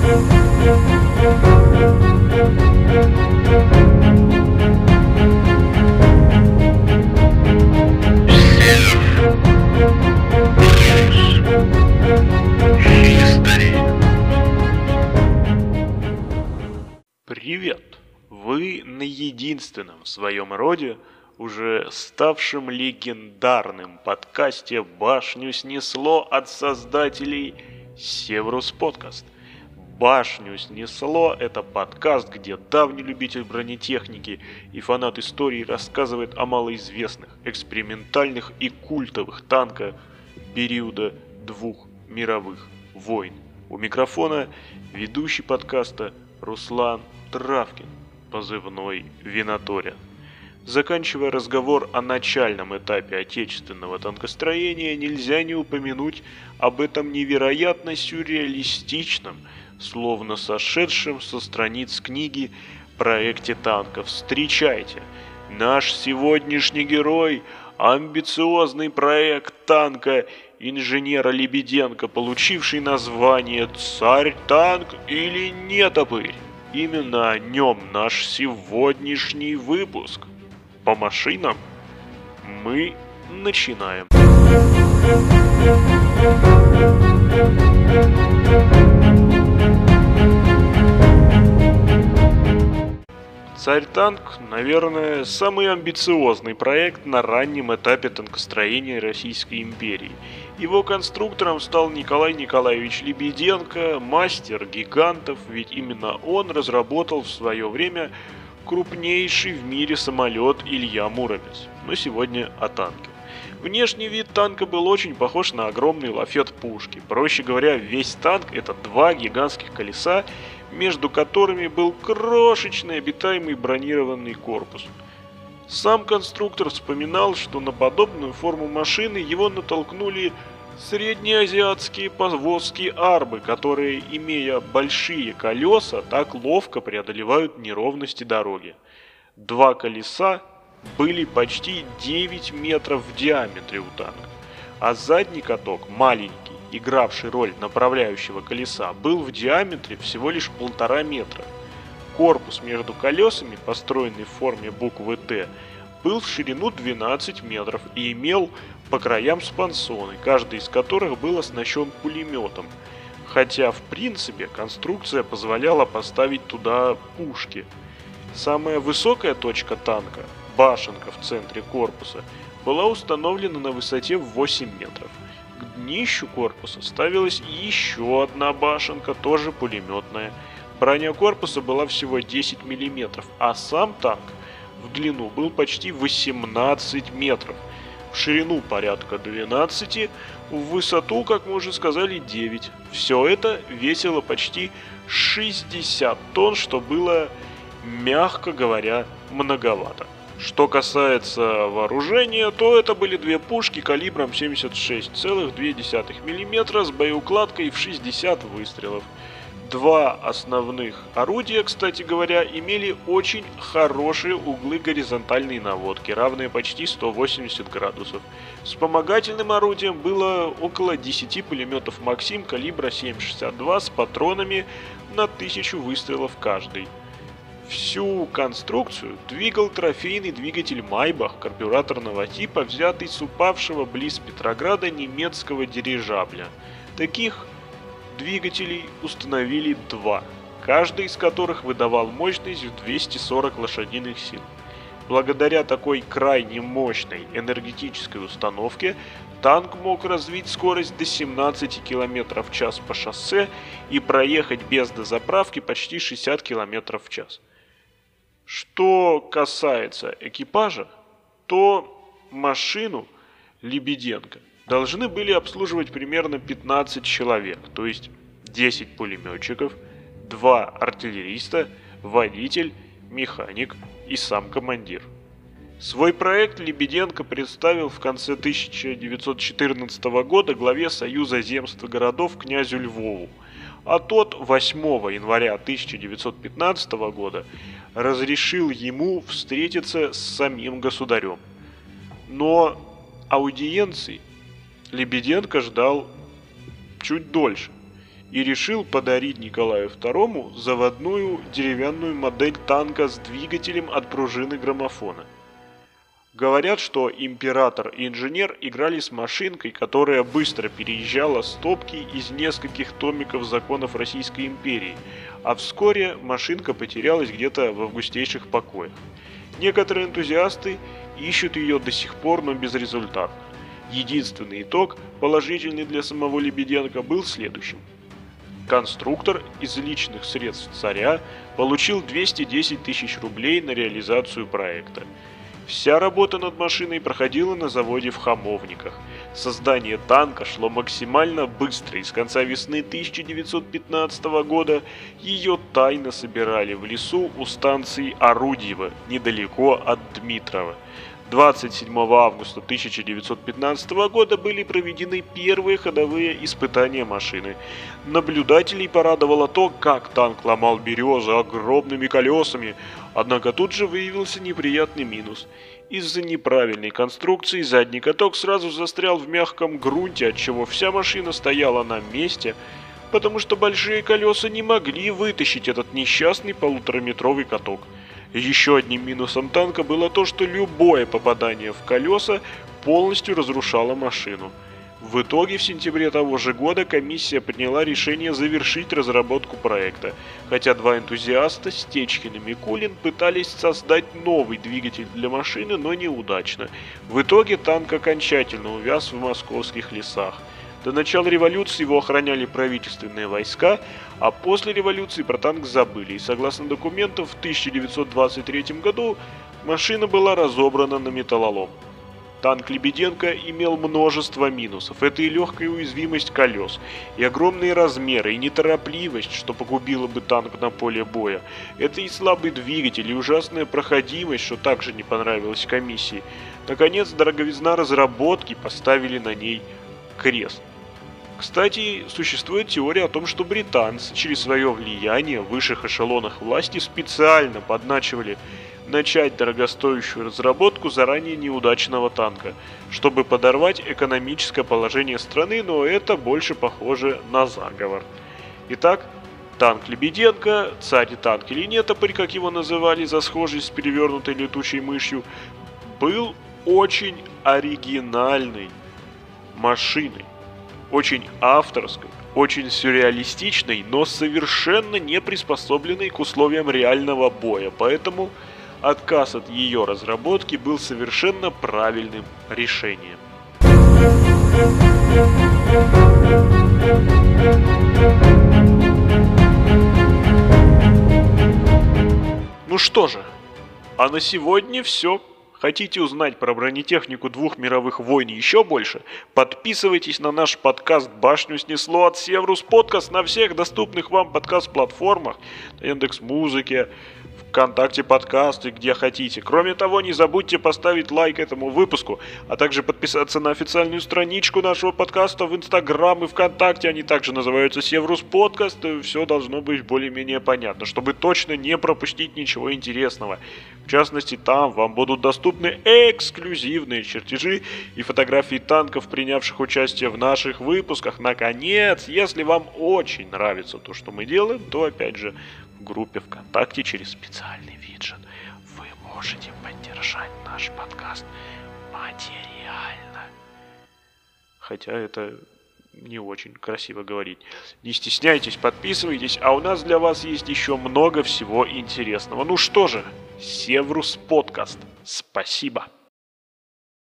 Привет! Вы на единственном в своем роде, уже ставшем легендарным подкасте «Башню снесло» от создателей Севрус Подкаст. «Башню снесло» — это подкаст, где давний любитель бронетехники и фанат истории рассказывает о малоизвестных, экспериментальных и культовых танках периода двух мировых войн. У микрофона ведущий подкаста Руслан Травкин, позывной Винатория. Заканчивая разговор о начальном этапе отечественного танкостроения, нельзя не упомянуть об этом невероятно сюрреалистичном, словно сошедшем со страниц книги проекте танков. Встречайте, наш сегодняшний герой, амбициозный проект танка инженера Лебеденко, получивший название «Царь-танк» или «Нетопырь». Именно о нем наш сегодняшний выпуск. По машинам мы начинаем. Царь-танк, наверное, самый амбициозный проект на раннем этапе танкостроения Российской империи. Его конструктором стал Николай Николаевич Лебеденко, мастер гигантов, ведь именно он разработал в свое время крупнейший в мире самолет Илья Муромец. Но сегодня о танке. Внешний вид танка был очень похож на огромный лафет пушки. Проще говоря, весь танк — это два гигантских колеса, между которыми был крошечный обитаемый бронированный корпус. Сам конструктор вспоминал, что на подобную форму машины его натолкнули среднеазиатские повозки арбы, которые, имея большие колеса, так ловко преодолевают неровности дороги. Два колеса были почти 9 метров в диаметре у танка, а задний каток, маленький, игравший роль направляющего колеса, был в диаметре всего лишь 1,5 метра. Корпус между колесами, построенный в форме буквы «Т», был в ширину 12 метров и имел по краям спансоны, каждый из которых был оснащен пулеметом, хотя в принципе конструкция позволяла поставить туда пушки. Самая высокая точка танка, башенка в центре корпуса, была установлена на высоте в 8 метров. К днищу корпуса ставилась еще одна башенка, тоже пулеметная. Броня корпуса была всего 10 мм, а сам танк в длину был почти 18 метров, в ширину порядка 12, в высоту, как мы уже сказали, 9. Все это весило почти 60 тонн, что было, мягко говоря, многовато. Что касается вооружения, то это были две пушки калибром 76,2 мм с боеукладкой в 60 выстрелов. Два основных орудия, кстати говоря, имели очень хорошие углы горизонтальной наводки, равные почти 180 градусов. Вспомогательным орудием было около 10 пулеметов «Максим» калибра 7,62 с патронами на 1000 выстрелов каждый. Всю конструкцию двигал трофейный двигатель «Майбах» карбюраторного типа, взятый с упавшего близ Петрограда немецкого дирижабля. Таких двигателей установили два, каждый из которых выдавал мощность в 240 лошадиных сил. Благодаря такой крайне мощной энергетической установке танк мог развить скорость до 17 км в час по шоссе и проехать без дозаправки почти 60 км в час. Что касается экипажа, то машину Лебеденко должны были обслуживать примерно 15 человек, то есть 10 пулеметчиков, 2 артиллериста, водитель, механик и сам командир. Свой проект Лебеденко представил в конце 1914 года главе Союза земств и городов князю Львову, а тот 8 января 1915 года разрешил ему встретиться с самим государем. Но аудиенции Лебеденко ждал чуть дольше, и решил подарить Николаю II заводную деревянную модель танка с двигателем от пружины граммофона. Говорят, что император и инженер играли с машинкой, которая быстро переезжала стопки из нескольких томиков законов Российской империи, а вскоре машинка потерялась где-то в августейших покоях. Некоторые энтузиасты ищут ее до сих пор, но безрезультатно. Единственный итог, положительный для самого Лебеденко, был следующим. Конструктор из личных средств царя получил 210 тысяч рублей на реализацию проекта. Вся работа над машиной проходила на заводе в Хамовниках. Создание танка шло максимально быстро, и с конца весны 1915 года ее тайно собирали в лесу у станции Орудьево, недалеко от Дмитрова. 27 августа 1915 года были проведены первые ходовые испытания машины. Наблюдателей порадовало то, как танк ломал березы огромными колесами, однако тут же выявился неприятный минус. Из-за неправильной конструкции задний каток сразу застрял в мягком грунте, отчего вся машина стояла на месте, потому что большие колеса не могли вытащить этот несчастный полутораметровый каток. Еще одним минусом танка было то, что любое попадание в колеса полностью разрушало машину. В итоге в сентябре того же года комиссия приняла решение завершить разработку проекта, хотя два энтузиаста, Стечкин и Микулин, пытались создать новый двигатель для машины, но неудачно. В итоге танк окончательно увяз в московских лесах. До начала революции его охраняли правительственные войска, а после революции про танк забыли, и согласно документам в 1923 году машина была разобрана на металлолом. Танк Лебеденко имел множество минусов. Это и легкая уязвимость колес, и огромные размеры, и неторопливость, что погубило бы танк на поле боя. Это и слабый двигатель, и ужасная проходимость, что также не понравилось комиссии. Наконец, дороговизна разработки, поставили на ней крест. Кстати, существует теория о том, что британцы через свое влияние в высших эшелонах власти специально подначивали начать дорогостоящую разработку заранее неудачного танка, чтобы подорвать экономическое положение страны, но это больше похоже на заговор. Итак, танк Лебеденко, царь и танк или нет, как его называли за схожесть с перевернутой летучей мышью, был очень оригинальной машиной. Очень авторской, очень сюрреалистичной, но совершенно не приспособленной к условиям реального боя, поэтому отказ от ее разработки был совершенно правильным решением. Ну что же, а на сегодня все. Хотите узнать про бронетехнику двух мировых войн еще больше? Подписывайтесь на наш подкаст «Башню снесло» от Севрус Подкаст на всех доступных вам подкаст-платформах, на Яндекс.Музыке, ВКонтакте подкасты, где хотите. Кроме того, не забудьте поставить лайк этому выпуску, а также подписаться на официальную страничку нашего подкаста в Инстаграм и ВКонтакте. Они также называются Севрус Подкаст. Все должно быть более-менее понятно, чтобы точно не пропустить ничего интересного. В частности, там вам будут доступны эксклюзивные чертежи и фотографии танков, принявших участие в наших выпусках. Наконец, если вам очень нравится то, что мы делаем, то опять же в группе ВКонтакте через специальный виджет вы можете поддержать наш подкаст материально. Хотя это не очень красиво говорить. Не стесняйтесь, подписывайтесь, а у нас для вас есть еще много всего интересного. Ну что же, Севрус Подкаст. Спасибо.